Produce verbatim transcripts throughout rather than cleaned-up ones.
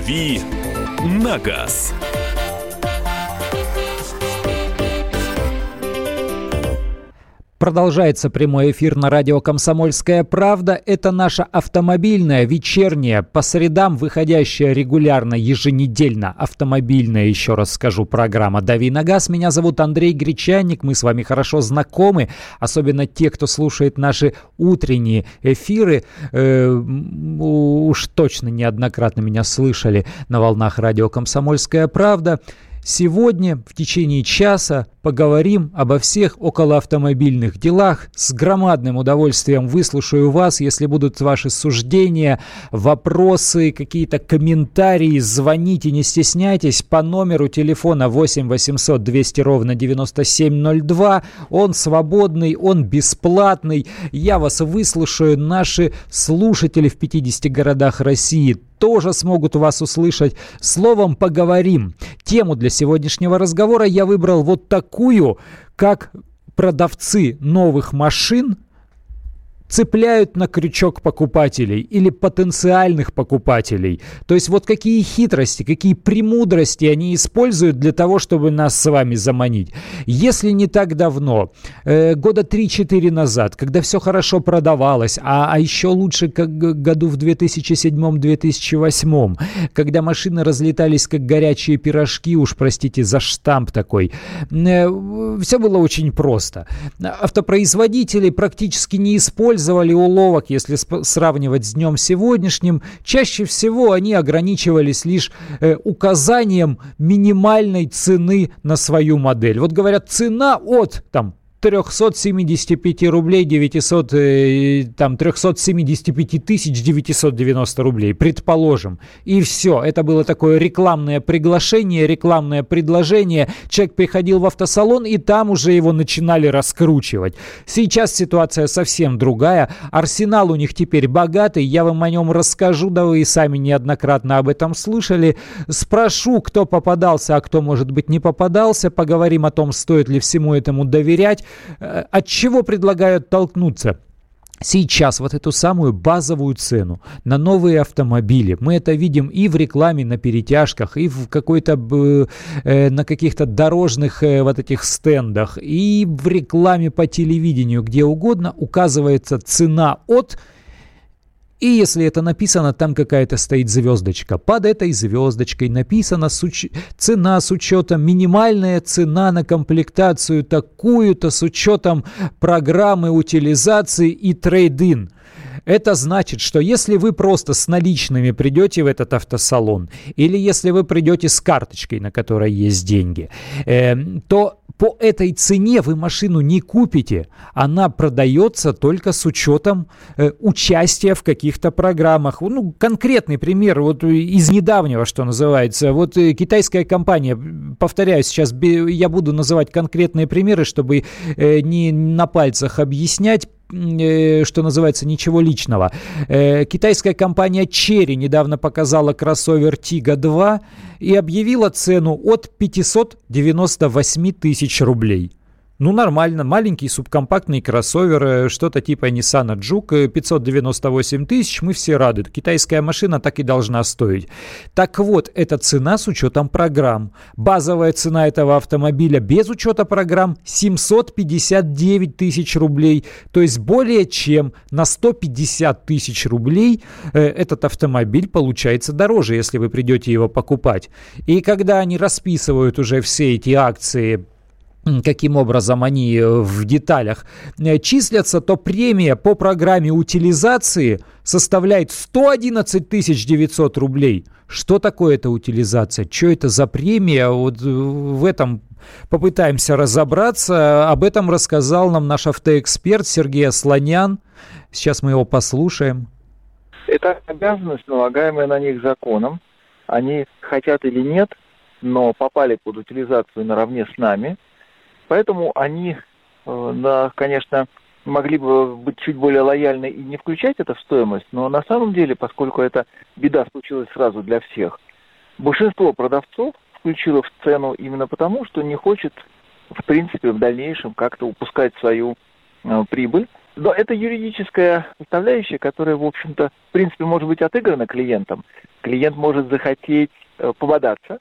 «Дави на газ». Продолжается прямой эфир на радио «Комсомольская правда». Это наша автомобильная, вечерняя, по средам выходящая регулярно, еженедельно автомобильная, еще раз скажу, программа «Дави на газ». Меня зовут Андрей Гречанник, мы с вами хорошо знакомы, особенно те, кто слушает наши утренние эфиры. Э, уж точно неоднократно меня слышали на волнах радио «Комсомольская правда». Сегодня в течение часа поговорим обо всех околоавтомобильных делах. С громадным удовольствием выслушаю вас, если будут ваши суждения, вопросы, какие-то комментарии. Звоните, не стесняйтесь, по номеру телефона восемь восемьсот двести ровно девяносто семь ноль два. Он свободный, он бесплатный. Я вас выслушаю. Наши слушатели в пятидесяти городах России тоже смогут вас услышать. Словом, поговорим. Тему для сегодняшнего разговора я выбрал вот такую, как продавцы новых машин цепляют на крючок покупателей или потенциальных покупателей. То есть вот какие хитрости, какие премудрости они используют для того, чтобы нас с вами заманить. Если не так давно, э, года три-четыре назад, когда все хорошо продавалось, а, а еще лучше как году в две тысячи седьмом - две тысячи восьмом, когда машины разлетались как горячие пирожки, уж простите за штамп такой, э, все было очень просто. Автопроизводители практически не использовали использовали уловок, если сп- сравнивать с днем сегодняшним. Чаще всего они ограничивались лишь э, указанием минимальной цены на свою модель. Вот говорят, цена от там триста семьдесят пять рублей девятьсот, э, там, триста семьдесят пять тысяч девятьсот девяносто рублей, предположим. И все. Это было такое рекламное приглашение, рекламное предложение. Человек приходил в автосалон, и там уже его начинали раскручивать. Сейчас ситуация совсем другая. Арсенал у них теперь богатый. Я вам о нем расскажу, да вы и сами неоднократно об этом слышали. Спрошу, кто попадался, а кто, может быть, не попадался. Поговорим о том, стоит ли всему этому доверять. От чего предлагают толкнуться? Сейчас вот эту самую базовую цену на новые автомобили. Мы это видим и в рекламе на перетяжках, и в какой-то, э, на каких-то дорожных э, вот этих стендах, и в рекламе по телевидению, где угодно указывается цена от... И если это написано, там какая-то стоит звездочка. Под этой звездочкой написано с уч... цена с учетом, минимальная цена на комплектацию такую-то с учетом программы утилизации и трейд-ин. Это значит, что если вы просто с наличными придете в этот автосалон, или если вы придете с карточкой, на которой есть деньги, э, то по этой цене вы машину не купите. Она продается только с учетом э, участия в каких-то программах. Ну, конкретный пример вот из недавнего, что называется. Вот э, китайская компания, повторяю, сейчас бе, я буду называть конкретные примеры, чтобы э, не на пальцах объяснять, что называется, ничего личного. Э, китайская компания Chery недавно показала кроссовер Tiggo два и объявила цену от пятьсот девяносто восемь тысяч рублей. Ну, нормально, маленький субкомпактный кроссовер, что-то типа Nissan Juke, пятьсот девяносто восемь тысяч, мы все рады. Китайская машина так и должна стоить. Так вот, это цена с учетом программ. Базовая цена этого автомобиля без учета программ семьсот пятьдесят девять тысяч рублей. То есть более чем на сто пятьдесят тысяч рублей э, этот автомобиль получается дороже, если вы придете его покупать. И когда они расписывают уже все эти акции, каким образом они в деталях числятся, то премия по программе утилизации составляет сто одиннадцать тысяч девятьсот рублей. Что такое эта утилизация? Что это за премия? Вот в этом попытаемся разобраться. Об этом рассказал нам наш автоэксперт Сергей Асланян. Сейчас мы его послушаем. Это обязанность, налагаемая на них законом. Они хотят или нет, но попали под утилизацию наравне с нами. Поэтому они, да, конечно, могли бы быть чуть более лояльны и не включать это в стоимость, но на самом деле, поскольку эта беда случилась сразу для всех, большинство продавцов включило в цену именно потому, что не хочет, в принципе, в дальнейшем как-то упускать свою э, прибыль Но это юридическая составляющая, которая, в общем-то, в принципе, может быть отыграна клиентом. Клиент может захотеть э, пободаться,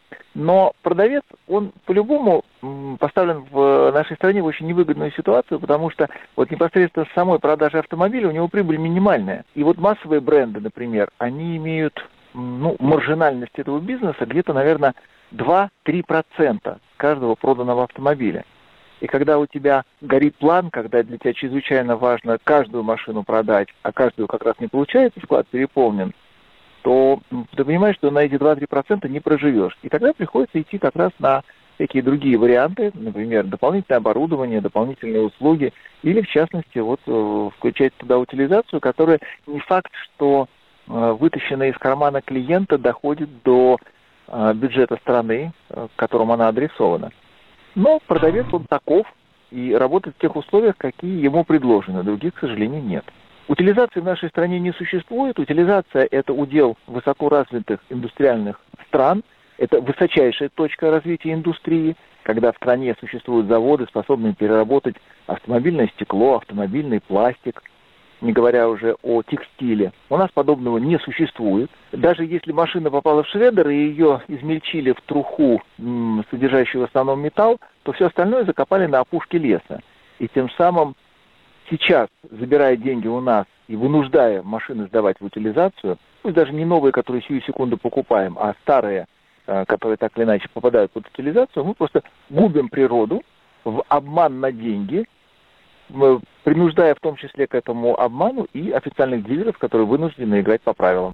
но продавец, он по-любому м, поставлен в нашей стране в очень невыгодную ситуацию, потому что вот непосредственно с самой продажи автомобиля у него прибыль минимальная. И вот массовые бренды, например, они имеют ну, маржинальность этого бизнеса где-то, наверное, два-три процента каждого проданного автомобиля. И когда у тебя горит план, когда для тебя чрезвычайно важно каждую машину продать, а каждую как раз не получается, склад переполнен, то ты понимаешь, что на эти два-три процента не проживешь. И тогда приходится идти как раз на всякие другие варианты, например, дополнительное оборудование, дополнительные услуги, или, в частности, вот включать туда утилизацию, которая не факт, что вытащенная из кармана клиента доходит до бюджета страны, к которому она адресована. Но продавец, он таков и работает в тех условиях, какие ему предложены. Других, к сожалению, нет. Утилизации в нашей стране не существует. Утилизация – это удел высокоразвитых индустриальных стран. Это высочайшая точка развития индустрии, когда в стране существуют заводы, способные переработать автомобильное стекло, автомобильный пластик, не говоря уже о текстиле. У нас подобного не существует. Даже если машина попала в шреддер и ее измельчили в труху, м, содержащую в основном металл, то все остальное закопали на опушке леса. И тем самым сейчас, забирая деньги у нас и вынуждая машины сдавать в утилизацию, пусть даже не новые, которые сию секунду покупаем, а старые, которые так или иначе попадают под утилизацию, мы просто губим природу в обман на деньги, принуждая в том числе к этому обману и официальных дилеров, которые вынуждены играть по правилам.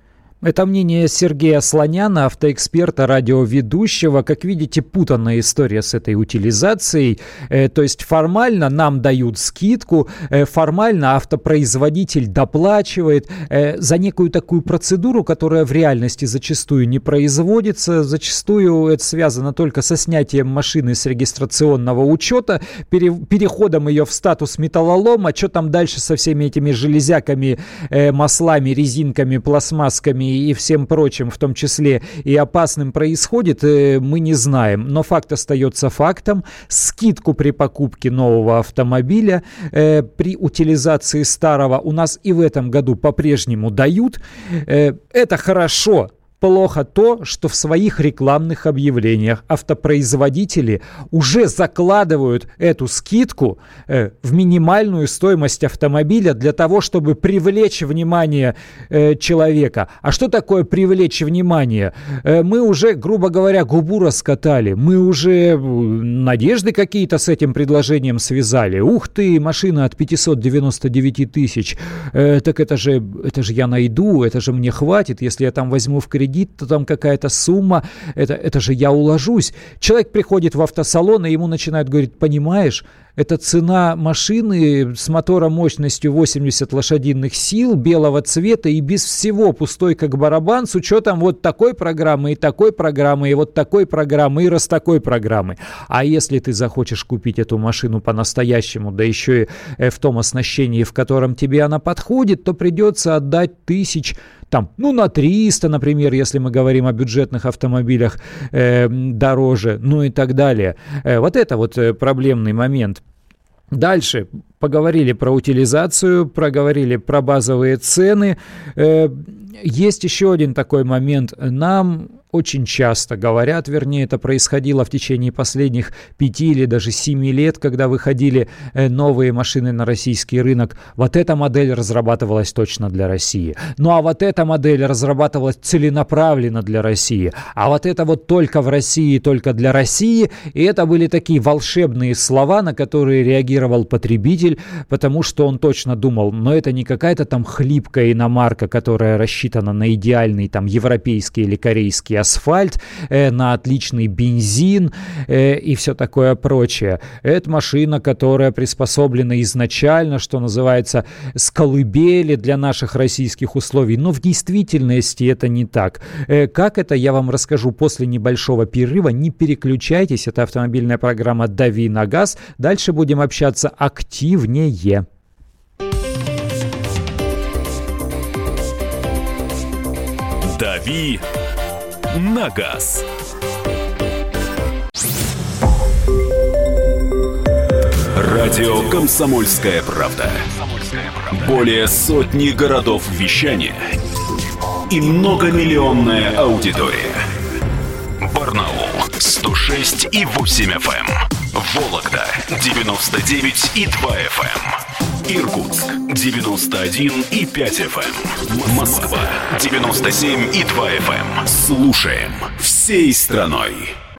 Это мнение Сергея Слоняна, автоэксперта, радиоведущего. Как видите, путанная история с этой утилизацией. Э, то есть формально нам дают скидку, э, формально автопроизводитель доплачивает э, за некую такую процедуру, которая в реальности зачастую не производится. Зачастую это связано только со снятием машины с регистрационного учета, пере, переходом ее в статус металлолома. Что там дальше со всеми этими железяками, э, маслами, резинками, пластмассками и всем прочим, в том числе и опасным, происходит, мы не знаем. Но факт остается фактом. Скидку при покупке нового автомобиля, э, при утилизации старого у нас и в этом году по-прежнему дают. Э, это хорошо. Плохо то, что в своих рекламных объявлениях автопроизводители уже закладывают эту скидку э, в минимальную стоимость автомобиля для того, чтобы привлечь внимание э, человека. А что такое привлечь внимание? Э, мы уже, грубо говоря, губу раскатали. Мы уже надежды какие-то с этим предложением связали. Ух ты, машина от пятьсот девяносто девять тысяч. Э, так это же, это же я найду, это же мне хватит, если я там возьму в кредит, то там какая-то сумма, это, это же я уложусь. Человек приходит в автосалон, и ему начинают говорить: понимаешь, это цена машины с мотором мощностью восемьдесят лошадиных сил, белого цвета и без всего, пустой как барабан, с учетом вот такой программы и такой программы, и вот такой программы, и раз такой программы. А если ты захочешь купить эту машину по-настоящему, да еще и в том оснащении, в котором тебе она подходит, то придется отдать тысяч, там, ну, на триста, например, если мы говорим о бюджетных автомобилях, э, дороже, ну и так далее. Э, вот это вот э, проблемный момент. Дальше поговорили про утилизацию, проговорили про базовые цены. Э, есть еще один такой момент. Нам очень часто говорят, вернее, это происходило в течение последних пяти или даже семи лет, когда выходили новые машины на российский рынок. Вот эта модель разрабатывалась точно для России. Ну а вот эта модель разрабатывалась целенаправленно для России. А вот это вот только в России, только для России. И это были такие волшебные слова, на которые реагировал потребитель, потому что он точно думал, но это не какая-то там хлипкая иномарка, которая рассчитана на идеальный там европейский или корейский асфальт, э, на отличный бензин э, и все такое прочее. Это машина, которая приспособлена изначально, что называется, с колыбели для наших российских условий. Но в действительности это не так. Э, как это, я вам расскажу после небольшого перерыва. Не переключайтесь, это автомобильная программа «Дави на газ». Дальше будем общаться активнее. «Дави на газ». Радио «Комсомольская правда». Более сотни городов вещания и многомиллионная аудитория. Барнаул сто шесть и восемь эф эм, Вологда девяносто девять и два эф эм, Иркутск девяносто один и пять эф эм, Москва девяносто семь и два эф эм. Слушаем всей страной.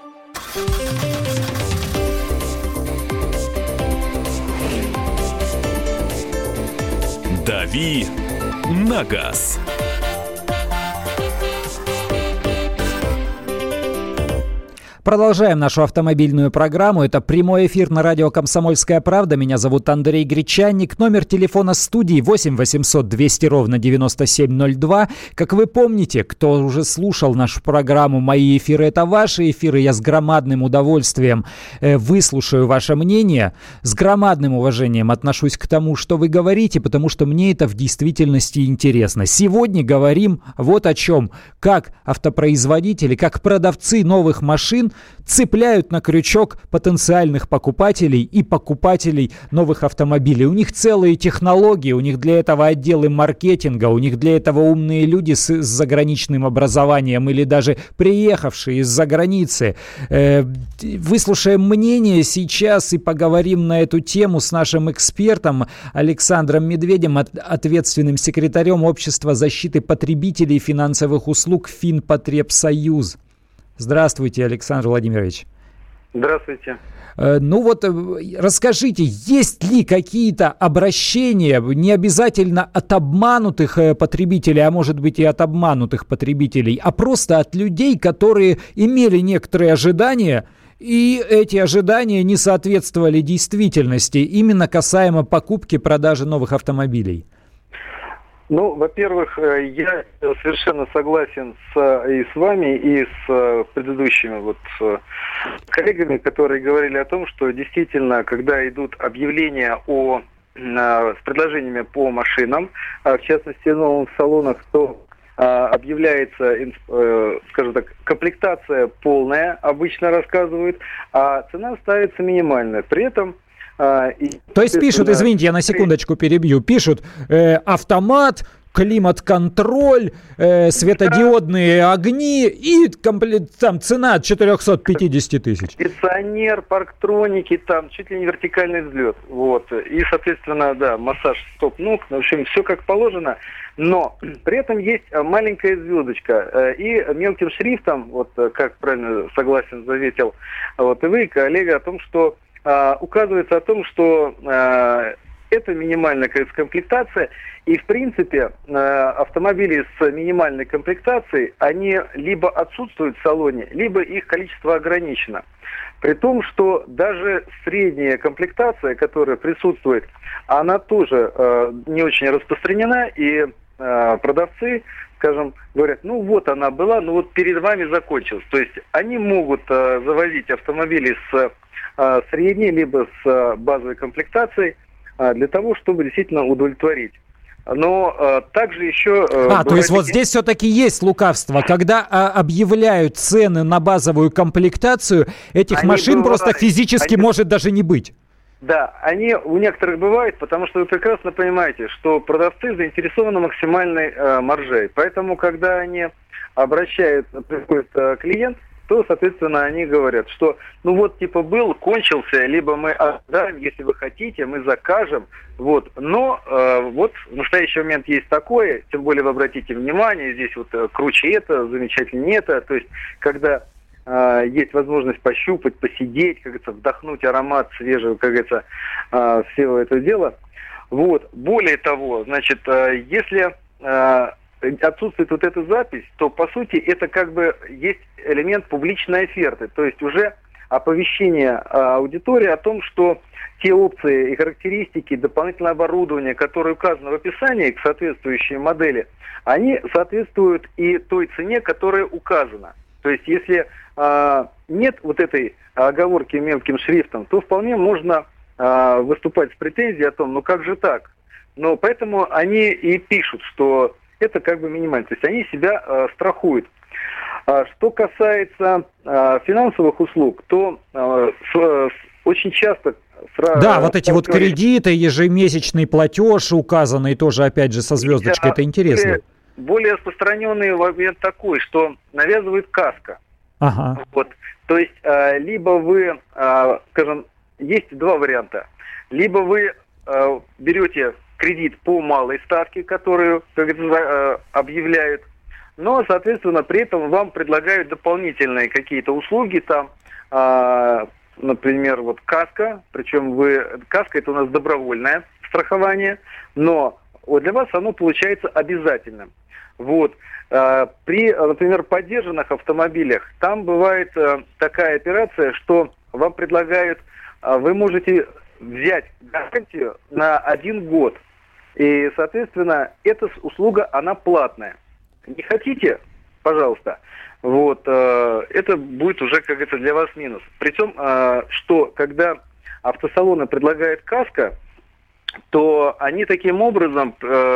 «Дави на газ». Продолжаем нашу автомобильную программу. Это прямой эфир на радио «Комсомольская правда». Меня зовут Андрей Гречанник. Номер телефона студии восемь восемьсот двести ровно девяносто семь ноль два. Как вы помните, кто уже слушал нашу программу «Мои эфиры» — это ваши эфиры. Я с громадным удовольствием э, выслушаю ваше мнение. С громадным уважением отношусь к тому, что вы говорите, потому что мне это в действительности интересно. Сегодня говорим вот о чем. Как автопроизводители, как продавцы новых машин цепляют на крючок потенциальных покупателей и покупателей новых автомобилей. У них целые технологии, у них для этого отделы маркетинга, у них для этого умные люди с, с заграничным образованием или даже приехавшие из-за границы. Э, выслушаем мнение сейчас и поговорим на эту тему с нашим экспертом Александром Медведем, от, ответственным секретарем Общества защиты потребителей и финансовых услуг Финпотребсоюз. Здравствуйте, Александр Владимирович. Здравствуйте. Ну вот расскажите, есть ли какие-то обращения, не обязательно от обманутых потребителей, а может быть и от обманутых потребителей, а просто от людей, которые имели некоторые ожидания, и эти ожидания не соответствовали действительности, именно касаемо покупки, продажи новых автомобилей? Ну, во-первых, я совершенно согласен с, и с вами, и с предыдущими вот коллегами, которые говорили о том, что действительно, когда идут объявления о, с предложениями по машинам, в частности, в новых салонах, то объявляется, скажем так, комплектация полная, обычно рассказывают, а цена ставится минимальная. При этом А, и, То есть пишут, извините, я на секундочку перебью, пишут э, автомат, климат-контроль, э, светодиодные огни и комплект, там цена от четыреста пятьдесят тысяч. Кондиционер, парктроники, там чуть ли не вертикальный взлет. Вот. И, соответственно, да, массаж стоп-ног, в общем, все как положено. Но при этом есть маленькая звездочка. И мелким шрифтом, вот как правильно согласен, заметил вот и вы, коллега, о том, что Uh, указывается о том, что uh, это минимальная комплектация, и в принципе uh, автомобили с минимальной комплектацией, они либо отсутствуют в салоне, либо их количество ограничено. При том, что даже средняя комплектация, которая присутствует, она тоже uh, не очень распространена, и uh, продавцы, скажем, говорят, ну вот она была, но вот перед вами закончилась. То есть они могут uh, завозить автомобили с средней, либо с базовой комплектацией, для того, чтобы действительно удовлетворить. Но а, также еще... А, то есть вот здесь все-таки есть лукавство. Когда а, объявляют цены на базовую комплектацию, этих они машин бывают, просто физически они... может даже не быть. Да, они у некоторых бывают, потому что вы прекрасно понимаете, что продавцы заинтересованы максимальной э, маржей. Поэтому, когда они обращаются, приходит э, клиент, то, соответственно, они говорят, что ну вот типа был, кончился, либо мы отдаем, если вы хотите, мы закажем. Вот. Но э, вот в настоящий момент есть такое, тем более вы обратите внимание, здесь вот э, круче это, замечательнее это. То есть, когда э, есть возможность пощупать, посидеть, как говорится, вдохнуть аромат свежего, как говорится, э, всего этого дела. Вот. Более того, значит, э, если... Э, отсутствует вот эта запись, то по сути это как бы есть элемент публичной оферты, то есть уже оповещение аудитории о том, что те опции и характеристики, дополнительное оборудование, которое указано в описании к соответствующей модели, они соответствуют и той цене, которая указана. То есть если а, нет вот этой оговорки мелким шрифтом, то вполне можно а, выступать с претензией о том, ну как же так? Но поэтому они и пишут, что это как бы минимально. То есть они себя э, страхуют. А, что касается э, финансовых услуг, то э, с, э, очень часто Сра... Да, вот эти вот кредиты, ежемесячный платеж указанный тоже, опять же, со звездочкой, это интересно. Более распространенный момент такой, что навязывает каска. Ага. Вот. То есть, э, либо вы, э, скажем, есть два варианта. Либо вы э, берете кредит по малой ставке, которую, как это, э, объявляют, но, соответственно, при этом вам предлагают дополнительные какие-то услуги, там, э, например, вот каска, причем вы, каска это у нас добровольное страхование, но вот для вас оно получается обязательным. Вот. При, например, подержанных автомобилях там бывает такая операция, что вам предлагают, вы можете взять гарантию на один год. И, соответственно, эта услуга, она платная. Не хотите? Пожалуйста. Вот. Это будет уже, как говорится, для вас минус. Причем, что когда автосалоны предлагают каско, то они таким образом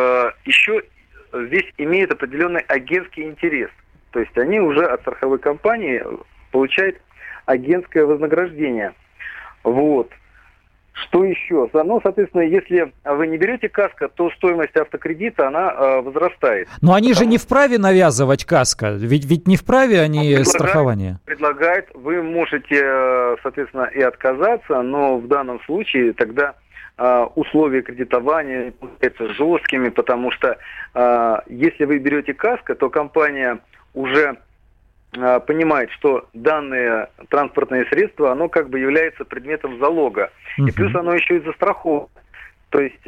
еще здесь имеют определенный агентский интерес. То есть они уже от страховой компании получают агентское вознаграждение. Вот. Что еще? Ну, соответственно, если вы не берете каско, то стоимость автокредита, она э, возрастает. Но они же не вправе навязывать каско, ведь, ведь не вправе они предлагает, страхование. Предлагает, вы можете, соответственно, и отказаться, но в данном случае тогда э, условия кредитования являются жесткими, потому что э, если вы берете каско, то компания уже понимает, что данное транспортное средство, оно как бы является предметом залога. Uh-huh. И плюс оно еще и застраховано. То есть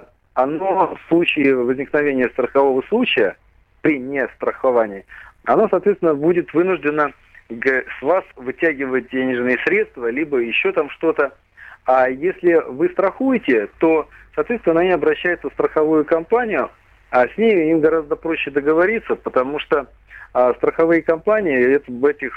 оно в случае возникновения страхового случая, при нестраховании, оно, соответственно, будет вынуждено с вас вытягивать денежные средства, либо еще там что-то. А если вы страхуете, то, соответственно, они обращаются в страховую компанию, а с ней им гораздо проще договориться, потому что А страховые компании, это в этих,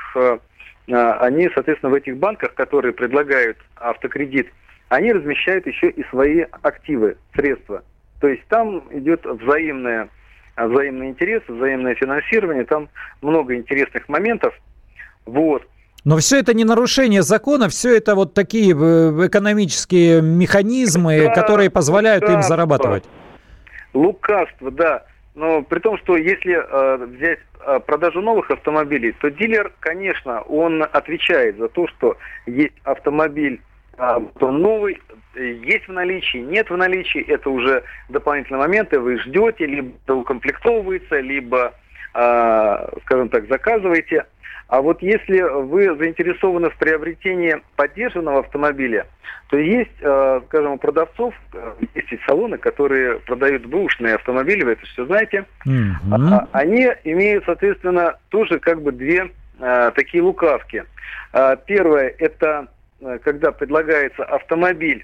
они, соответственно, в этих банках, которые предлагают автокредит, они размещают еще и свои активы, средства. То есть там идет взаимное, взаимный интерес, взаимное финансирование, там много интересных моментов. Вот. Но все это не нарушение закона, все это вот такие экономические механизмы, да, которые позволяют лукавство. Им зарабатывать. Лукавство, да. Но при том, что если э, взять э, продажу новых автомобилей, то дилер, конечно, он отвечает за то, что есть автомобиль э, новый, есть в наличии, нет в наличии, это уже дополнительные моменты, вы ждете, либо укомплектовывается, либо, э, скажем так, заказываете. А вот если вы заинтересованы в приобретении подержанного автомобиля, то есть, э, скажем, у продавцов, есть и салоны, которые продают бэушные автомобили, вы это все знаете. Mm-hmm. А, они имеют, соответственно, тоже как бы две э, такие лукавки. А, первое, это э, когда предлагается автомобиль,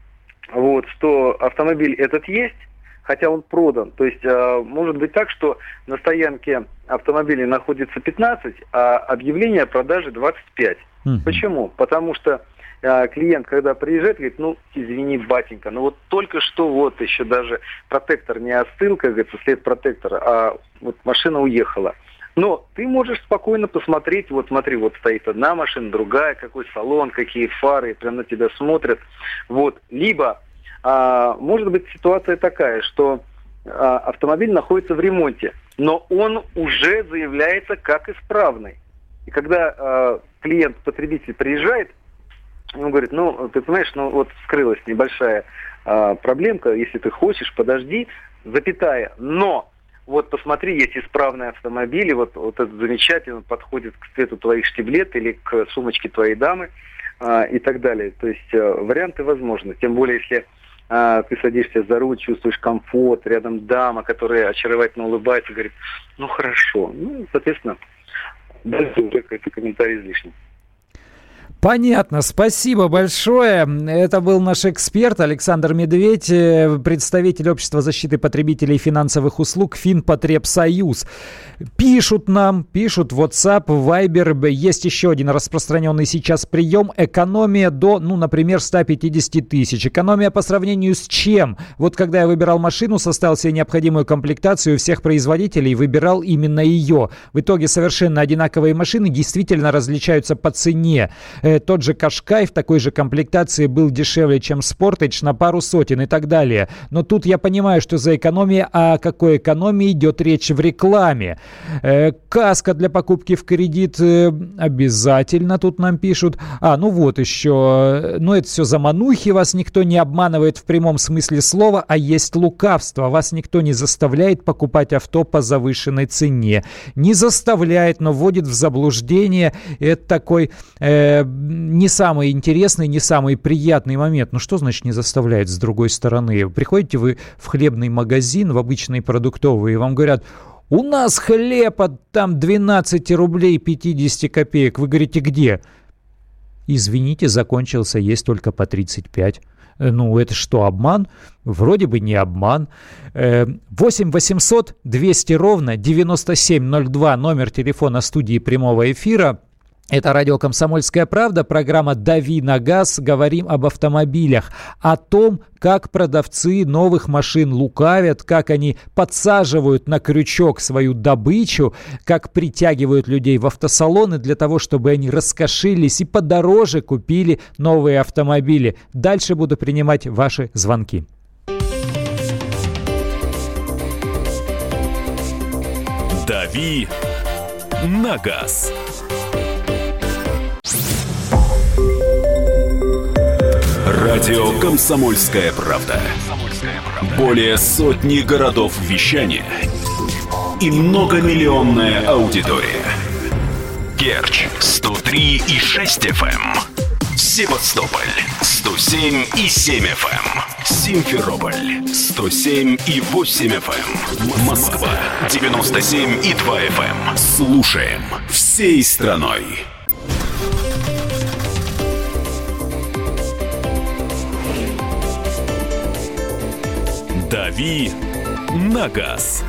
вот, что автомобиль этот есть, хотя он продан. То есть э, может быть так, что на стоянке автомобилей находится пятнадцать, а объявление о продаже двадцать пять. Uh-huh. Почему? Потому что э, клиент, когда приезжает, говорит, ну, извини, батенька, ну вот только что вот еще даже протектор не остыл, как говорится, след протектора, а вот машина уехала. Но ты можешь спокойно посмотреть, вот смотри, вот стоит одна машина, другая, какой салон, какие фары, прям на тебя смотрят. Вот. Либо А, может быть ситуация такая, что а, автомобиль находится в ремонте, но он уже заявляется как исправный. И когда а, клиент, потребитель приезжает, он говорит, ну, ты понимаешь, ну вот вскрылась небольшая а, проблемка, если ты хочешь, подожди, запятая, но вот посмотри, есть исправные автомобили, вот, вот это замечательно подходит к цвету твоих штиблет или к сумочке твоей дамы а, и так далее. То есть а, варианты возможны, тем более если а, ты садишься за руль, чувствуешь комфорт, рядом дама, которая очаровательно улыбается, говорит, ну хорошо. Ну, соответственно, дальше уже какой-то комментарий излишний. Понятно, спасибо большое. Это был наш эксперт Александр Медведь, представитель Общества защиты потребителей финансовых услуг Финпотребсоюз. Пишут нам, пишут в WhatsApp, Viber. Есть еще один распространенный сейчас прием. Экономия до, ну, например, сто пятьдесят тысяч. Экономия по сравнению с чем? Вот когда я выбирал машину, составил себе необходимую комплектацию всех производителей, выбирал именно ее. В итоге совершенно одинаковые машины действительно различаются по цене. э, тот же Кашкай в такой же комплектации был дешевле, чем Sportage на пару сотен и так далее. Но тут я понимаю, что за экономия, а о какой экономии идет речь в рекламе. Э, каска для покупки в кредит э, обязательно, тут нам пишут. А, ну вот еще, ну это все заманухи, вас никто не обманывает в прямом смысле слова, а есть лукавство. Вас никто не заставляет покупать авто по завышенной цене. Не заставляет, но вводит в заблуждение. Это такой э, не самый интересный, не самый приятный момент. Ну что значит не заставляет с другой стороны? Приходите вы в хлебный магазин, в обычный продуктовый, и вам говорят: у нас хлеб от там двенадцать рублей пятьдесят копеек. Вы говорите, где? Извините, закончился, есть только по тридцать пять. Ну, это что, обман? Вроде бы не обман. восемь восемьсот двести ровно девяносто семь ноль два, номер телефона студии прямого эфира. Это радио «Комсомольская правда», программа «Дави на газ». Говорим об автомобилях, о том, как продавцы новых машин лукавят, как они подсаживают на крючок свою добычу, как притягивают людей в автосалоны для того, чтобы они раскошелились и подороже купили новые автомобили. Дальше буду принимать ваши звонки. «Дави на газ». Радио «Комсомольская правда». Более сотни городов вещания и многомиллионная аудитория. Керчь сто три и шесть эф эм, Севастополь сто семь и семь эф эм, Симферополь сто семь и восемь эф эм, Москва девяносто семь и два эф эм. Слушаем всей страной. «Дави на газ».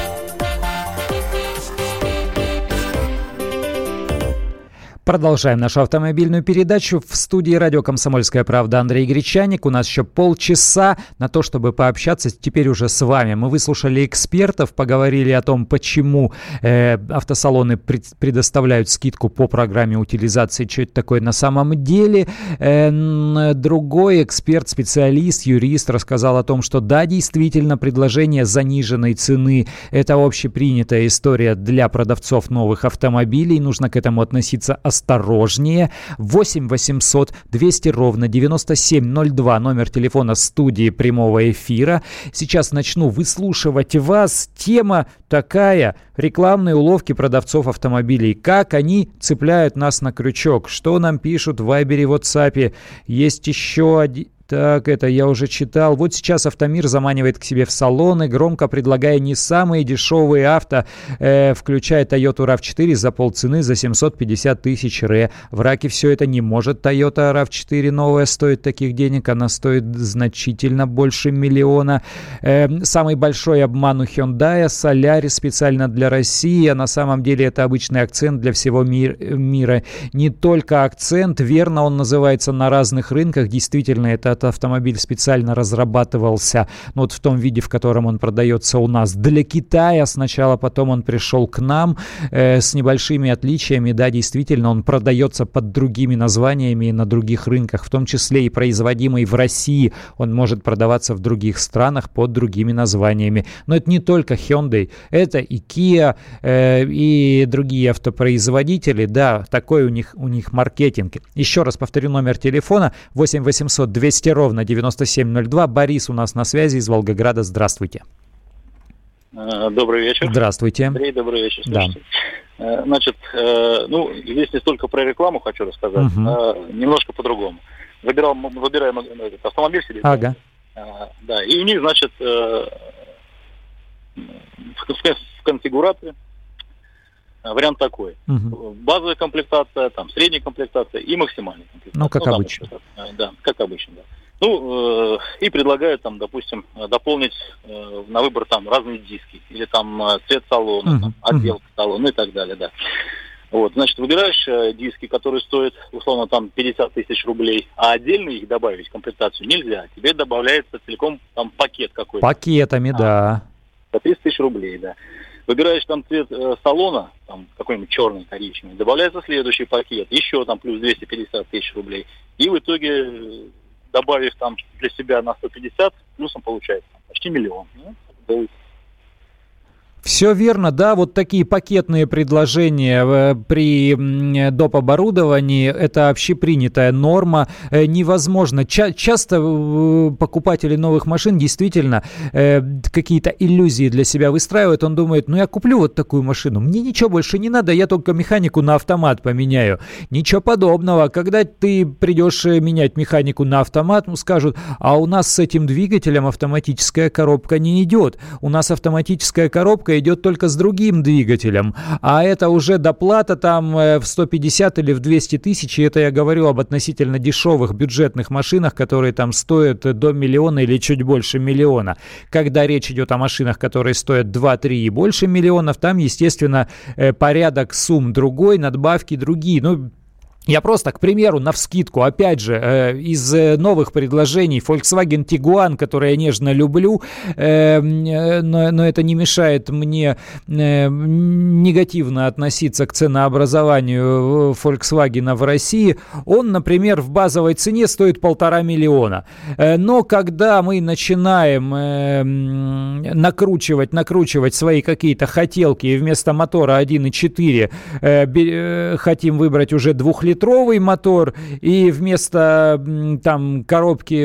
Продолжаем нашу автомобильную передачу. В студии радио «Комсомольская правда» Андрей Гречаник. У нас еще полчаса на то, чтобы пообщаться теперь уже с вами. Мы выслушали экспертов, поговорили о том, почему э, автосалоны пред, предоставляют скидку по программе утилизации, что это такое на самом деле. Э, другой эксперт, специалист, юрист рассказал о том, что да, действительно, предложение заниженной цены – это общепринятая история для продавцов новых автомобилей. Нужно к этому относиться осторожно. Осторожнее. восемь восемьсот двести ровно девяносто семь ноль два, номер телефона студии прямого эфира. Сейчас начну выслушивать вас. Тема такая: рекламные уловки продавцов автомобилей. Как они цепляют нас на крючок. Что нам пишут в Вайбере, WhatsApp. Есть еще один... Так, это я уже читал. Вот сейчас Автомир заманивает к себе в салоны, громко предлагая не самые дешевые авто, э, включая Toyota рав четыре за полцены, за семьсот пятьдесят тысяч ре. В Раке все это не может. Toyota рав четыре новая стоит таких денег, она стоит значительно больше миллиона. Э, самый большой обман у Hyundai, Solaris специально для России, а на самом деле это обычный акцент для всего мир, мира. Не только акцент, верно, он называется на разных рынках, действительно, это этот автомобиль специально разрабатывался, ну, вот в том виде, в котором он продается у нас, для Китая сначала, потом он пришел к нам э, с небольшими отличиями. Да, действительно, он продается под другими названиями и на других рынках, в том числе и производимый в России. Он может продаваться в других странах под другими названиями. Но это не только Hyundai, это и Kia, э, и другие автопроизводители. Да, такой у них, у них маркетинг. Еще раз повторю номер телефона: восемь восемьсот двести ровно девяносто семь ноль два. Борис у нас на связи из Волгограда. Здравствуйте. Добрый вечер. Здравствуйте. Андрей, добрый вечер. Слушайте. Да. Значит, ну, здесь не столько про рекламу хочу рассказать, угу. а немножко по-другому. Выбирал, выбираем этот автомобиль себе. Ага. Да, и у них, значит, в конфигураторе вариант такой. Угу. Базовая комплектация, там, средняя комплектация и максимальная комплектация. Ну, как ну, обычно. Да, да, как обычно, да. Ну, э, и предлагают, там, допустим, дополнить э, на выбор там разные диски, или там цвет салона, uh-huh. там, отделка uh-huh. салона и так далее, да. Вот, значит, выбираешь э, диски, которые стоят, условно, там, пятьдесят тысяч рублей, а отдельно их добавить в комплектацию нельзя. Тебе добавляется целиком там пакет какой-то. Пакетами, а, да. За тридцать тысяч рублей, да. Выбираешь там цвет э, салона, там какой-нибудь черный, коричневый, добавляется следующий пакет, еще там плюс двести пятьдесят тысяч рублей. И в итоге, добавив там для себя на сто пятьдесят, плюсом получается почти миллион. Ну, все верно, да, вот такие пакетные предложения при доп. Оборудовании, это общепринятая норма, невозможно. Ча- часто покупатели новых машин действительно э, какие-то иллюзии для себя выстраивают, он думает, ну я куплю вот такую машину, мне ничего больше не надо, я только механику на автомат поменяю. Ничего подобного, когда ты придешь менять механику на автомат, ну скажут, а у нас с этим двигателем автоматическая коробка не идет, у нас автоматическая коробка идет только с другим двигателем, а это уже доплата там в сто пятьдесят или в двести тысяч, и это я говорю об относительно дешевых бюджетных машинах, которые там стоят до миллиона или чуть больше миллиона. Когда речь идет о машинах, которые стоят два-три и больше миллионов, там, естественно, порядок сумм другой, надбавки другие. Ну, я просто, к примеру, навскидку, опять же, э, из э, новых предложений Volkswagen Tiguan, который я нежно люблю, э, но, но это не мешает мне э, негативно относиться к ценообразованию Volkswagen в России. Он, например, в базовой цене стоит полтора миллиона. Э, но когда мы начинаем э, накручивать, накручивать свои какие-то хотелки и вместо мотора один и четыре э, э, хотим выбрать уже двухлитровый, литровый мотор, и вместо там коробки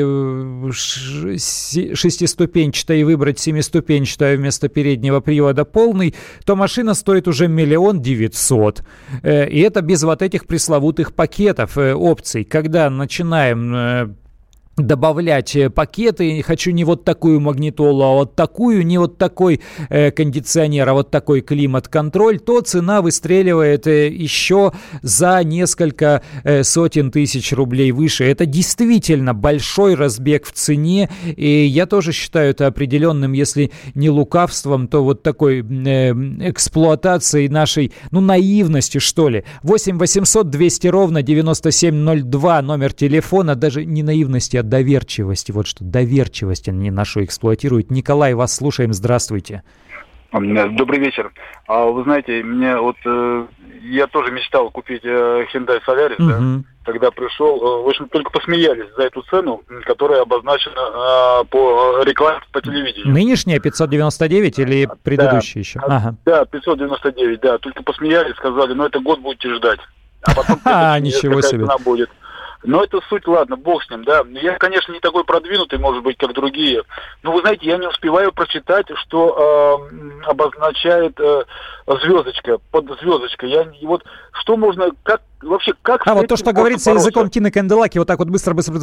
шестиступенчатой выбрать семиступенчатую вместо переднего привода полный, то машина стоит уже миллион девятьсот. И это без вот этих пресловутых пакетов, опций. Когда начинаем добавлять пакеты, хочу не вот такую магнитолу, а вот такую, не вот такой э, кондиционер, а вот такой климат-контроль, то цена выстреливает э, еще за несколько э, сотен тысяч рублей выше. Это действительно большой разбег в цене, и я тоже считаю это определенным, если не лукавством, то вот такой э, эксплуатацией нашей, ну, наивности, что ли. восемь восемьсот двести ровно девяносто семь ноль два номер телефона, даже не наивности, а доверчивости. Вот что, доверчивость они нашу эксплуатируют. Николай, вас слушаем. Здравствуйте. Добрый вечер. А вы знаете, мне вот э, я тоже мечтал купить э, Hyundai Solaris, uh-huh. да, когда пришел, э, в общем, только посмеялись за эту цену, которая обозначена э, по рекламе по телевидению. Нынешняя пятьсот девяносто девять или предыдущая да, еще? Ага. Да, пятьсот девяносто девять, да. Только посмеялись, сказали, ну это год будете ждать. А потом ничего себе. Цена будет. Но это суть, ладно, бог с ним, да. Я, конечно, не такой продвинутый, может быть, как другие. Но, вы знаете, я не успеваю прочитать, что э, обозначает э, звездочка, под звездочкой. Я вот, что можно, как, вообще, как... А, вот то, что говорится бороться? Языком Тины Канделаки, вот так вот быстро-быстро,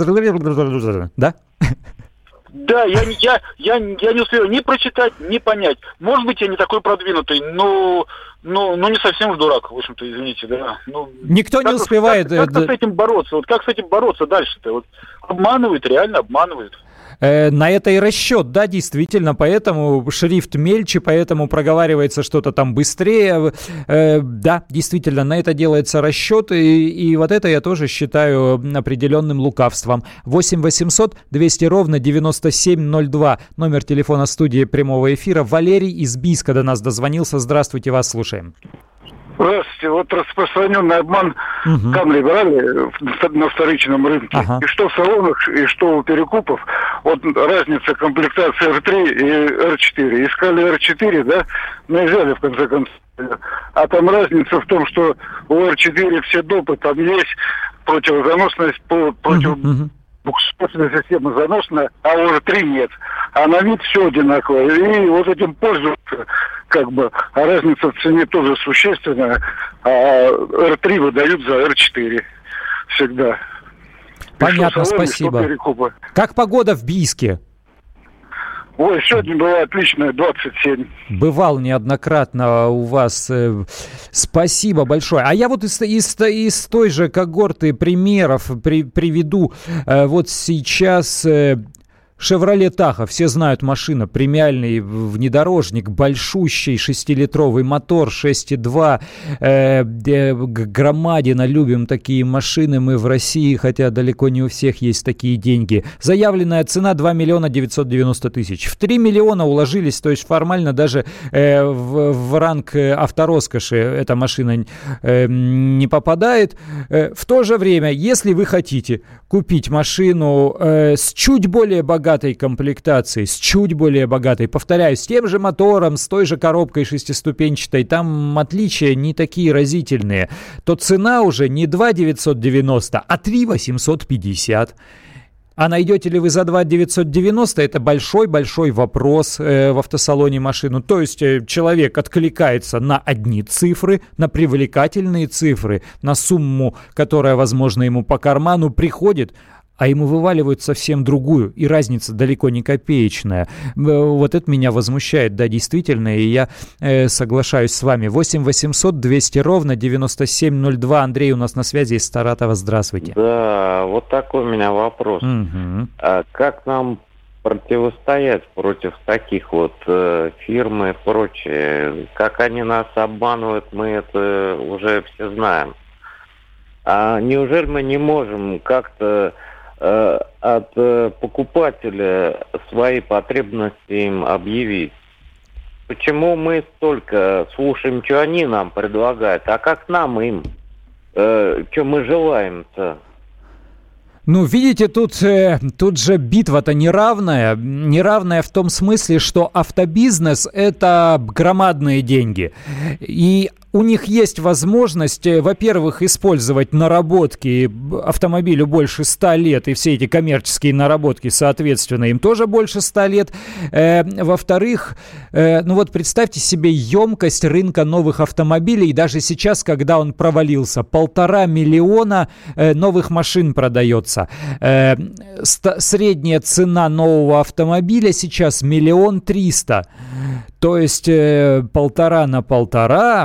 да? Да, я, я, я, я не успеваю ни прочитать, ни понять. Может быть, я не такой продвинутый, но, но, но не совсем дурак, в общем-то, извините, да. Ну, никто не успевает. Как, как с этим бороться? Вот как с этим бороться дальше-то? Вот обманывают, реально обманывают. На это и расчет, да, действительно, поэтому шрифт мельче, поэтому проговаривается что-то там быстрее, э, да, действительно, на это делается расчет, и, и вот это я тоже считаю определенным лукавством. восемь восемьсот двести ровно девяносто семь ноль два, номер телефона студии прямого эфира. Валерий из Бийска до нас дозвонился, здравствуйте, вас слушаем. Здравствуйте. Вот распространенный обман угу. Камри брали на вторичном рынке. Ага. И что в салонах, и что у перекупов. Вот разница комплектации эр три и эр четыре. Искали эр четыре, да, но и взяли в конце концов. А там разница в том, что у эр четыре все допы, там есть противозаносность, против... Угу. Буксовочная система заносная, а у эр три нет. А на вид все одинаково. И вот этим пользуются, как бы, а разница в цене тоже существенная. А эр три выдают за эр четыре всегда. Понятно, салоне, спасибо. Как погода в Бийске? Ой, сегодня была отличная, двадцать семь. Бывал неоднократно у вас. Спасибо большое. А я вот из, из, из той же когорты примеров при, приведу. Вот сейчас Chevrolet Tahoe, все знают машина, премиальный внедорожник, большущий шестилитровый мотор, шесть и два, э, э, громадина, любим такие машины мы в России, хотя далеко не у всех есть такие деньги. Заявленная цена два миллиона девятьсот девяносто тысяч. В три миллиона уложились, то есть формально даже э, в, в ранг автороскоши эта машина э, не попадает. Э, в то же время, если вы хотите купить машину э, с чуть более богатой комплектацией, с чуть более богатой, повторяю, с тем же мотором, с той же коробкой шестиступенчатой, там отличия не такие разительные, то цена уже не два девятьсот девяносто, а три восемьсот пятьдесят. А найдете ли вы за два девятьсот девяносто, это большой-большой вопрос э, в автосалоне машину. То есть э, человек откликается на одни цифры, на привлекательные цифры, на сумму, которая, возможно, ему по карману приходит, а ему вываливают совсем другую, и разница далеко не копеечная. Вот это меня возмущает, да, действительно, и я э, соглашаюсь с вами. восемь восемьсот двести ровно девяносто семь ноль два. Андрей у нас на связи из Саратова. Здравствуйте. Да, вот такой у меня вопрос. Угу. А как нам противостоять против таких вот э, фирм и прочее? Как они нас обманывают, мы это уже все знаем. А неужели мы не можем как-то от покупателя свои потребности им объявить? Почему мы столько слушаем, что они нам предлагают, а как нам им, э, что мы желаем-то? Ну, видите, тут, э, тут же битва-то неравная. Неравная в том смысле, что автобизнес – это громадные деньги. И у них есть возможность, во-первых, использовать наработки автомобилю больше ста лет, и все эти коммерческие наработки, соответственно, им тоже больше ста лет. Э, во-вторых, э, ну вот представьте себе емкость рынка новых автомобилей, даже сейчас, когда он провалился, полтора миллиона э, новых машин продается. Э, ст- средняя цена нового автомобиля сейчас миллион триста. То есть э, полтора на полтора...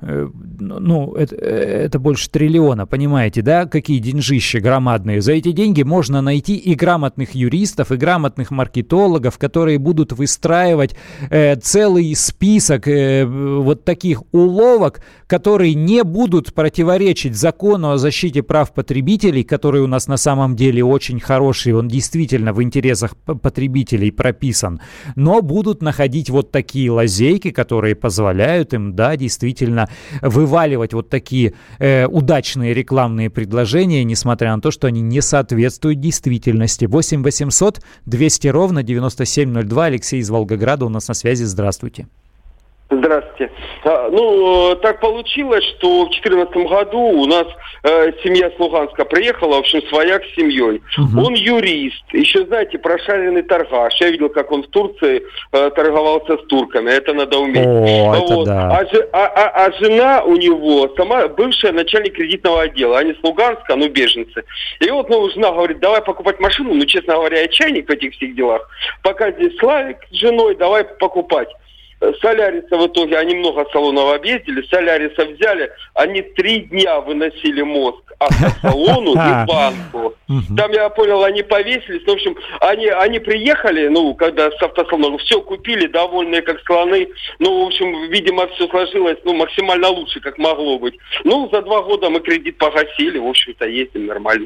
Ну, это, это больше триллиона, понимаете, да? Какие деньжища громадные. За эти деньги можно найти и грамотных юристов, и грамотных маркетологов, которые будут выстраивать э, целый список э, вот таких уловок, которые не будут противоречить закону о защите прав потребителей, который у нас на самом деле очень хороший, он действительно в интересах потребителей прописан, но будут находить вот такие лазейки, которые позволяют им, да, действительно вываливать вот такие э, удачные рекламные предложения, несмотря на то, что они не соответствуют действительности. восемь восемьсот двести ровно девяносто семь ноль два. Алексей из Волгограда у нас на связи. Здравствуйте. Здравствуйте. А, ну, так получилось, что в две тысячи четырнадцатом году у нас э, семья с Луганска приехала, в общем, свояк с семьей. Угу. Он юрист, еще, знаете, прошаренный торгаш. Я видел, как он в Турции э, торговался с турками. Это надо уметь. О, вот. это да. а, а, а, а жена у него сама бывшая начальник кредитного отдела. Они с Луганска, ну, беженцы. И вот, ну, жена говорит, давай покупать машину. Ну, честно говоря, я чайник в этих всех делах. Пока здесь Славик с женой, давай покупать. Соляриса в итоге, они много салонов объездили, Соляриса взяли, они три дня выносили мозг автосалону и банку. Там, я понял, они повесились, в общем, они, они приехали, ну, когда с автосалона, все купили, довольные как слоны, ну, в общем, видимо, все сложилось, ну, максимально лучше, как могло быть. Ну, за два года мы кредит погасили, в общем-то, ездим нормально.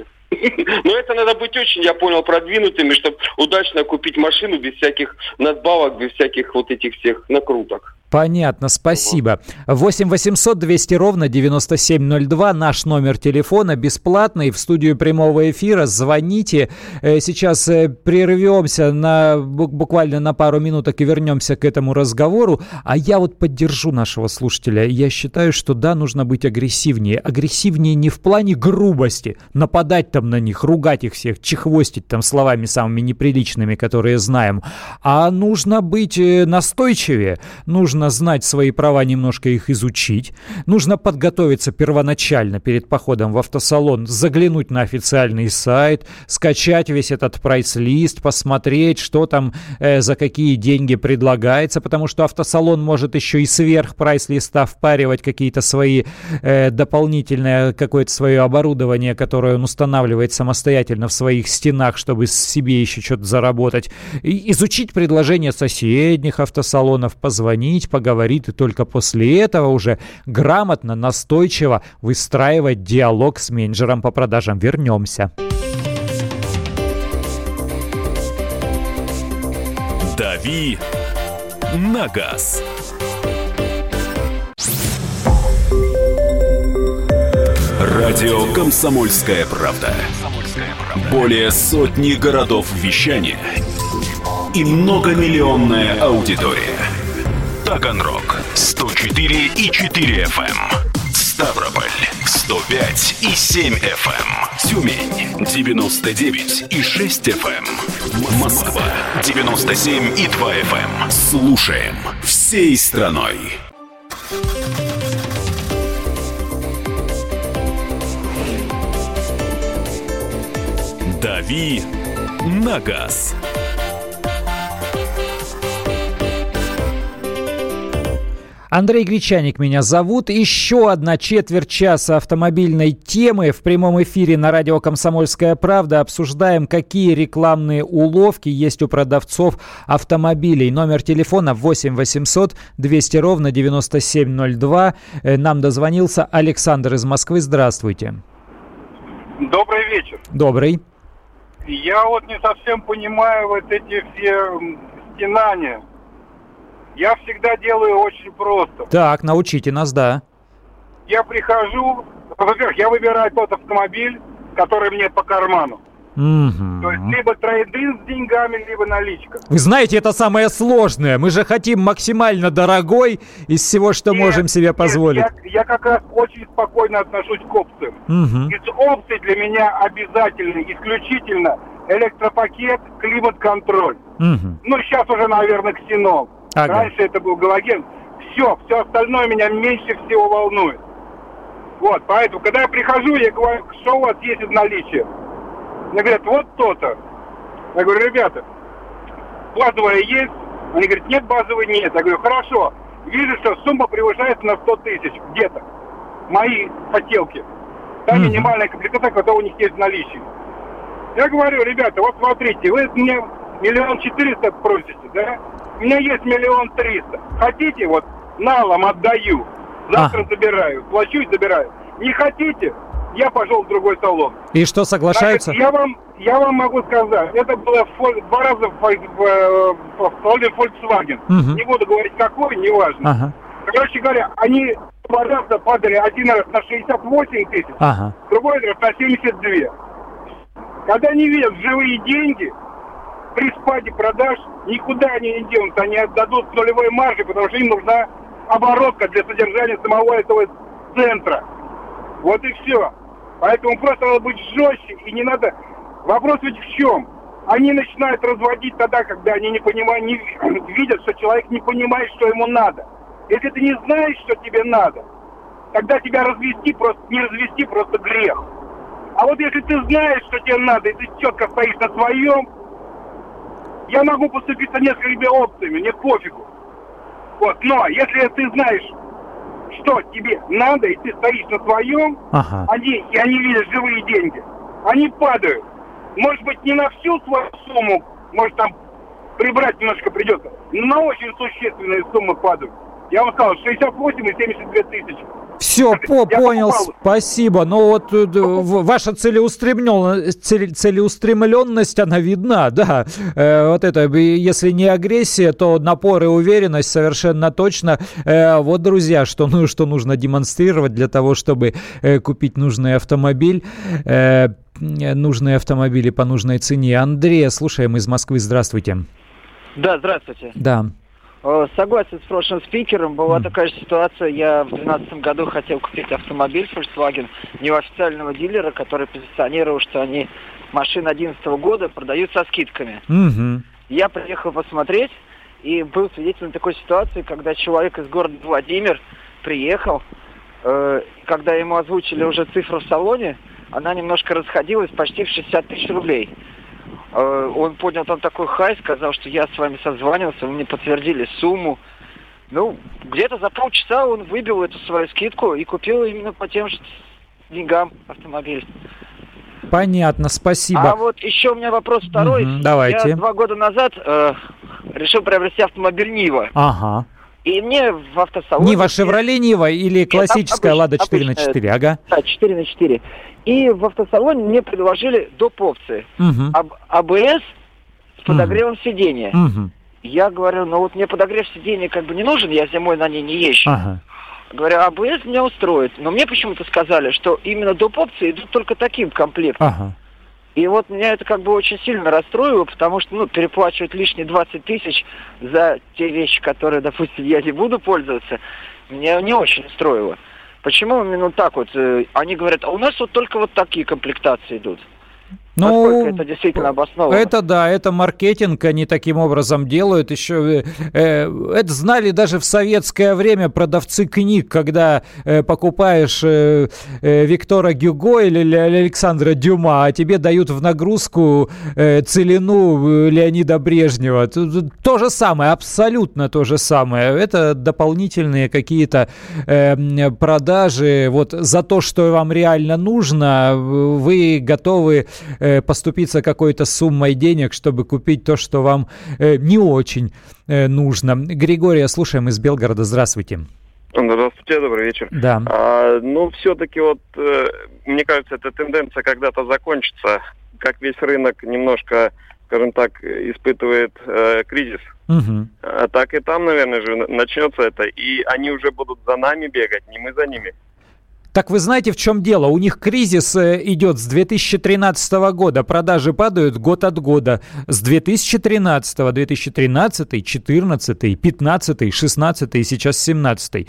Но это надо быть очень, я понял, продвинутыми, чтобы удачно купить машину без всяких надбавок, без всяких вот этих всех накруток. Понятно, спасибо. восемь восемьсот двести ровно девяносто семь ноль два, наш номер телефона, бесплатный, в студию прямого эфира, звоните. Сейчас прервемся на, буквально на пару минуток и вернемся к этому разговору. А я вот поддержу нашего слушателя. Я считаю, что да, нужно быть агрессивнее. Агрессивнее не в плане грубости, нападать там на них, ругать их всех, чехвостить там словами самыми неприличными, которые знаем. А нужно быть настойчивее, нужно знать свои права, немножко их изучить. Нужно подготовиться первоначально перед походом в автосалон, заглянуть на официальный сайт, скачать весь этот прайс-лист, посмотреть, что там э, за какие деньги предлагается, потому что автосалон может еще и сверх прайс-листа впаривать какие-то свои э, дополнительные, какое-то свое оборудование, которое он устанавливает устанавливать самостоятельно в своих стенах, чтобы себе еще что-то заработать. И изучить предложения соседних автосалонов, позвонить, поговорить, и только после этого уже грамотно, настойчиво выстраивать диалог с менеджером по продажам. Вернемся. «Дави на газ». Радио «Комсомольская правда». Более сотни городов вещания и многомиллионная аудитория. Таганрог сто четыре и четыре эф эм, Ставрополь сто пять и семь эф эм, Тюмень девяносто девять и шесть эф эм, Москва девяносто семь и два эф эм. Слушаем всей страной. «Дави на газ». Андрей Гречаник меня зовут. Еще одна четверть часа автомобильной темы в прямом эфире на радио «Комсомольская правда». Обсуждаем, какие рекламные уловки есть у продавцов автомобилей. Номер телефона восемь восемьсот двести ровно девяносто семь ноль два. Нам дозвонился Александр из Москвы. Здравствуйте. Добрый вечер. Добрый. Я вот не совсем понимаю вот эти все стенания. Я всегда делаю очень просто. Так, научите нас, да. Я прихожу, во-первых, я выбираю тот автомобиль, который мне по карману. Угу. То есть либо трейд-ин с деньгами, либо наличка. Вы знаете, это самое сложное. Мы же хотим максимально дорогой из всего, что нет, можем себе позволить. Нет, я, я как раз очень спокойно отношусь к опциям. Угу. Из опций для меня обязательно, исключительно электропакет, климат-контроль. Угу. Ну, сейчас уже, наверное, ксенон. Ага. Раньше это был галоген. Все, все остальное меня меньше всего волнует. Вот, поэтому, когда я прихожу, я говорю, что у вас есть из наличия? Мне говорят, вот то-то. Я говорю, ребята, базовая есть? Они говорят, нет, базовой нет. Я говорю, хорошо. Вижу, что сумма превышает на сто тысяч где-то. Мои хотелки. Та mm-hmm. минимальная комплектация, которая у них есть в наличии. Я говорю, ребята, вот смотрите, вы мне миллион четыреста просите, да? У меня есть миллион триста. Хотите, вот налом отдаю. Завтра а. забираю. Плачу и забираю. Не хотите, я пошел в другой салон. И что, соглашаются? Значит, я вам, я вам могу сказать, это было в, два раза в, в, в салоне Volkswagen. Угу. Не буду говорить какой, неважно. Ага. Короче говоря, они два раза падали, один раз на шестьдесят восемь тысяч, ага. другой раз на семьдесят два. Когда они видят живые деньги, при спаде продаж никуда они не денутся, они отдадут с нулевой маржей, потому что им нужна оборотка для содержания самого этого центра. Вот и все. Поэтому просто надо быть жестче, и не надо... Вопрос ведь в чем? Они начинают разводить тогда, когда они не понимают, не видят, что человек не понимает, что ему надо. Если ты не знаешь, что тебе надо, тогда тебя развести просто, не развести просто грех. А вот если ты знаешь, что тебе надо, и ты четко стоишь на своем, я могу поступиться несколькими опциями, мне пофигу. Вот, но если ты знаешь, что тебе надо, и ты стоишь на своем, ага. они, и они видят живые деньги, они падают. Может быть, не на всю свою сумму, может там прибрать немножко придется, но на очень существенные суммы падают. Я вам сказал, шестьдесят восемь и семьдесят две тысячи. Все, по, понял, попал. Спасибо. Но вот э, ваша целеустремленность, целеустремленность, она видна, да. Э, вот это, если не агрессия, то напор и уверенность совершенно точно. Э, вот, друзья, что, ну, что нужно демонстрировать для того, чтобы э, купить нужный автомобиль. Э, нужные автомобили по нужной цене. Андрей, слушаем из Москвы. Здравствуйте. Да, здравствуйте. Да. Согласен с прошлым спикером. Была такая же ситуация. Я в две тысячи двенадцатом году хотел купить автомобиль Volkswagen не у официального дилера, который позиционировал, что они машины две тысячи одиннадцатого года продают со скидками. Угу. Я приехал посмотреть и был свидетелем такой ситуации, когда человек из города Владимир приехал, э, когда ему озвучили уже цифру в салоне, она немножко расходилась почти в шестьдесят тысяч рублей. Он поднял там такой хай, сказал, что я с вами созванивался, вы мне подтвердили сумму. Ну, где-то за полчаса он выбил эту свою скидку и купил именно по тем же деньгам автомобиль. Понятно, спасибо. А вот еще у меня вопрос второй. Угу, давайте. Я два года назад э, решил приобрести автомобиль Нива. Ага. И мне в автосалоне... Нива «Шевроле Нива» или Нет, классическая обычно, «Лада» четыре на четыре, ага. Да, четыре на четыре. И в автосалоне мне предложили доп. Опции. Угу. Об, АБС с подогревом угу. сидения. Угу. Я говорю, ну вот мне подогрев сидения как бы не нужен, я зимой на ней не езжу. Ага. Говорю, АБС меня устроит. Но мне почему-то сказали, что именно доп. Опции идут только таким комплектом. Ага. И вот меня это как бы очень сильно расстроило, потому что, ну, переплачивать лишние двадцать тысяч за те вещи, которые, допустим, я не буду пользоваться, меня не очень устроило. Почему именно так вот? Они говорят, а у нас вот только вот такие комплектации идут. Ну, насколько это действительно обосновано? Это да, это маркетинг, они таким образом делают. Еще э, это знали даже в советское время продавцы книг, когда э, покупаешь э, э, Виктора Гюго или, или Александра Дюма, а тебе дают в нагрузку э, целину Леонида Брежнева. То, то же самое, абсолютно то же самое. Это дополнительные какие-то э, продажи. Вот за то, что вам реально нужно, вы готовы поступиться какой-то суммой денег, чтобы купить то, что вам э, не очень э, нужно. Григория, слушаем из Белгорода. Здравствуйте. Здравствуйте, добрый вечер. Да. А, ну, все-таки вот, э, мне кажется, эта тенденция когда-то закончится. Как весь рынок немножко, скажем так, испытывает э, кризис. Угу. А, так и там, наверное, же начнется это. И они уже будут за нами бегать, не мы за ними. Так вы знаете, в чем дело? У них кризис идет с две тысячи тринадцатого года. Продажи падают год от года. С две тысячи тринадцатого, две тысячи тринадцатый, четырнадцатый, пятнадцатый, шестнадцатый и сейчас семнадцатый.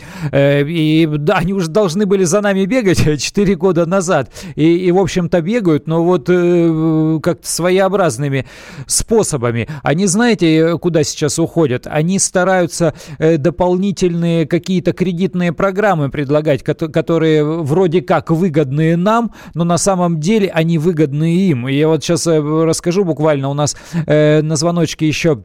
И да, они уже должны были за нами бегать четыре года назад. И, и в общем-то, бегают, но вот как-то своеобразными способами. Они знаете, куда сейчас уходят? Они стараются дополнительные какие-то кредитные программы предлагать, которые вроде как выгодные нам, но на самом деле они выгодны им. И я вот сейчас расскажу буквально, у нас э, на звоночке еще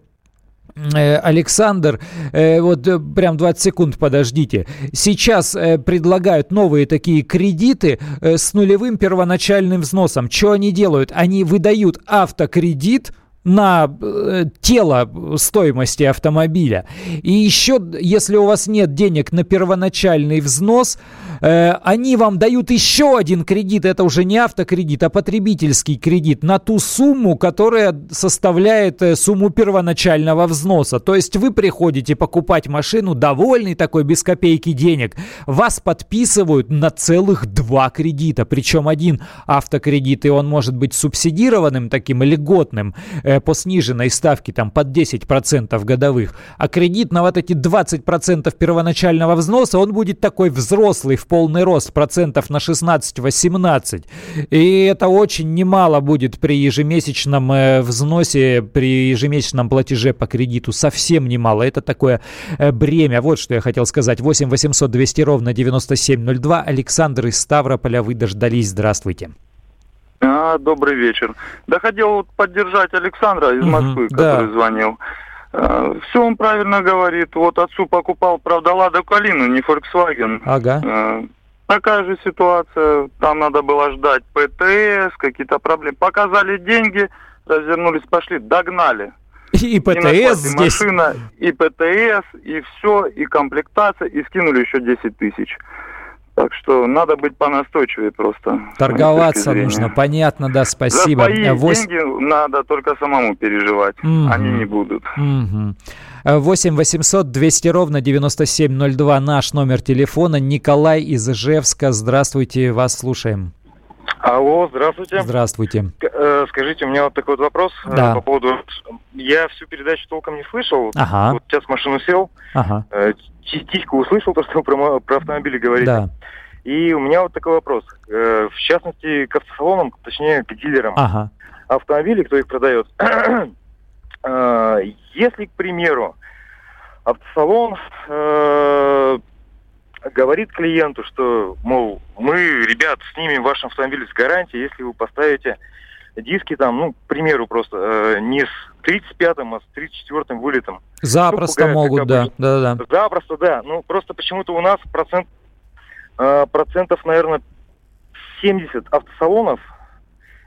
э, Александр, э, вот прям двадцать секунд подождите. Сейчас э, предлагают новые такие кредиты э, с нулевым первоначальным взносом. Что они делают? Они выдают автокредит на э, тело стоимости автомобиля. И еще, если у вас нет денег на первоначальный взнос, э, они вам дают еще один кредит. Это уже не автокредит, а потребительский кредит на ту сумму, которая составляет э, сумму первоначального взноса. То есть вы приходите покупать машину, довольный такой, без копейки денег. Вас подписывают на целых два кредита. Причем один автокредит, и он может быть субсидированным, таким льготным, по сниженной ставке там под десять процентов годовых, а кредит на вот эти двадцать процентов первоначального взноса, он будет такой взрослый в полный рост, процентов на шестнадцать-восемнадцать. И это очень немало будет при ежемесячном э, взносе, при ежемесячном платеже по кредиту. Совсем немало. Это такое э, бремя. Вот что я хотел сказать. восемь восемьсот двести ровно девяносто семь ноль два. Александр из Ставрополя. Вы дождались. Здравствуйте. А, добрый вечер. Да хотел поддержать Александра из Москвы, угу, который да. звонил. А, все он правильно говорит. Вот отцу покупал, правда, Ладу Калину, не Volkswagen. Ага. А, такая же ситуация. Там надо было ждать ПТС, какие-то проблемы. Показали деньги, развернулись, пошли, догнали. И ПТС здесь. Машина, и ПТС, и все, и комплектация, и скинули еще десять тысяч. Так что надо быть понастойчивее просто. Торговаться нужно, понятно, да, спасибо. За свои Вось... деньги надо только самому переживать, mm-hmm. они не будут. Mm-hmm. восемь восемьсот двести ровно девяносто семь ноль два наш номер телефона. Николай из Ижевска, здравствуйте, вас слушаем. Алло, здравствуйте. Здравствуйте. Э, скажите, у меня вот такой вот вопрос да. э, по поводу... Я всю передачу толком не слышал. Ага. Вот сейчас в машину сел, ага. э, частичку услышал, то, что вы про, про автомобили говорите. Да. И у меня вот такой вопрос. Э, в частности, к автосалонам, точнее, к дилерам. Ага. Автомобили, кто их продает. э, если, к примеру, автосалон... Э, говорит клиенту, что, мол, мы, ребят, снимем ваш автомобиль с гарантией, если вы поставите диски там, ну, к примеру, просто э, не с тридцать пятым, а с тридцать четвёртым вылетом. Запросто ну, могут, да. да, да. Запросто, да. Ну, просто почему-то у нас процент, э, процентов, наверное, семьдесят автосалонов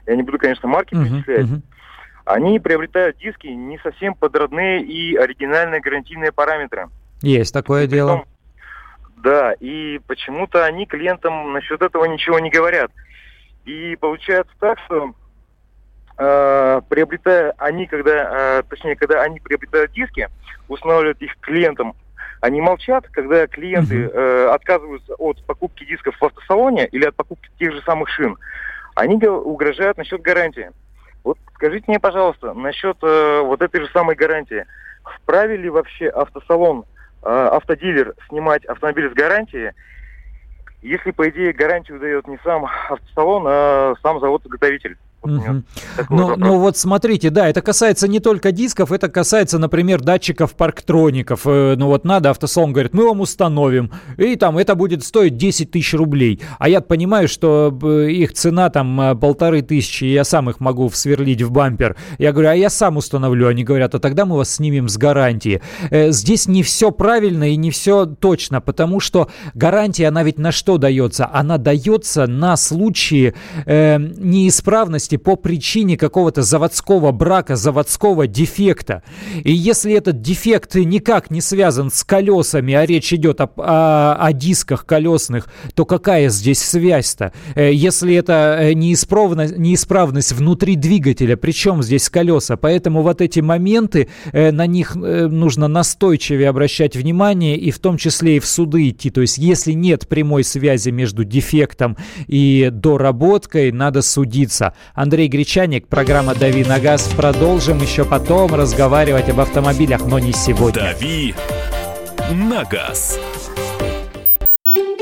я не буду, конечно, марки uh-huh, перечислять, uh-huh. они приобретают диски не совсем под родные и оригинальные гарантийные параметры. Есть такое Притом, дело. Да, и почему-то они клиентам насчет этого ничего не говорят. И получается так, что э, приобретая они, когда, э, точнее, когда они приобретают диски, устанавливают их клиентам, они молчат, когда клиенты э, отказываются от покупки дисков в автосалоне или от покупки тех же самых шин. Они угрожают насчет гарантии. Вот скажите мне, пожалуйста, насчет э, вот этой же самой гарантии. Вправе ли вообще автосалон, э, автодилер снимать автомобиль с гарантии, если, по идее, гарантию дает не сам автосалон, а сам завод-изготовитель? Uh-huh. Ну, ну вот смотрите, да, это касается не только дисков, это касается, например, датчиков парктроников. Ну вот надо, автосалон говорит, мы вам установим, и там это будет стоить десять тысяч рублей. А я понимаю, что их цена там полторы тысячи, и я сам их могу всверлить в бампер. Я говорю, а я сам установлю. Они говорят, а тогда мы вас снимем с гарантии. Здесь не все правильно и не все точно, потому что гарантия, она ведь на что дается? Она дается на случаи э, неисправности по причине какого-то заводского брака, заводского дефекта. И если этот дефект никак не связан с колесами, а речь идет о, о, о дисках колесных, то какая здесь связь-то? Если это неисправность, неисправность внутри двигателя, причем здесь колеса? Поэтому вот эти моменты, на них нужно настойчивее обращать внимание, и в том числе и в суды идти. То есть если нет прямой связи между дефектом и доработкой, надо судиться. Андрей Гречаник, программа «Дави на газ». Продолжим еще потом разговаривать об автомобилях, но не сегодня. «Дави на газ».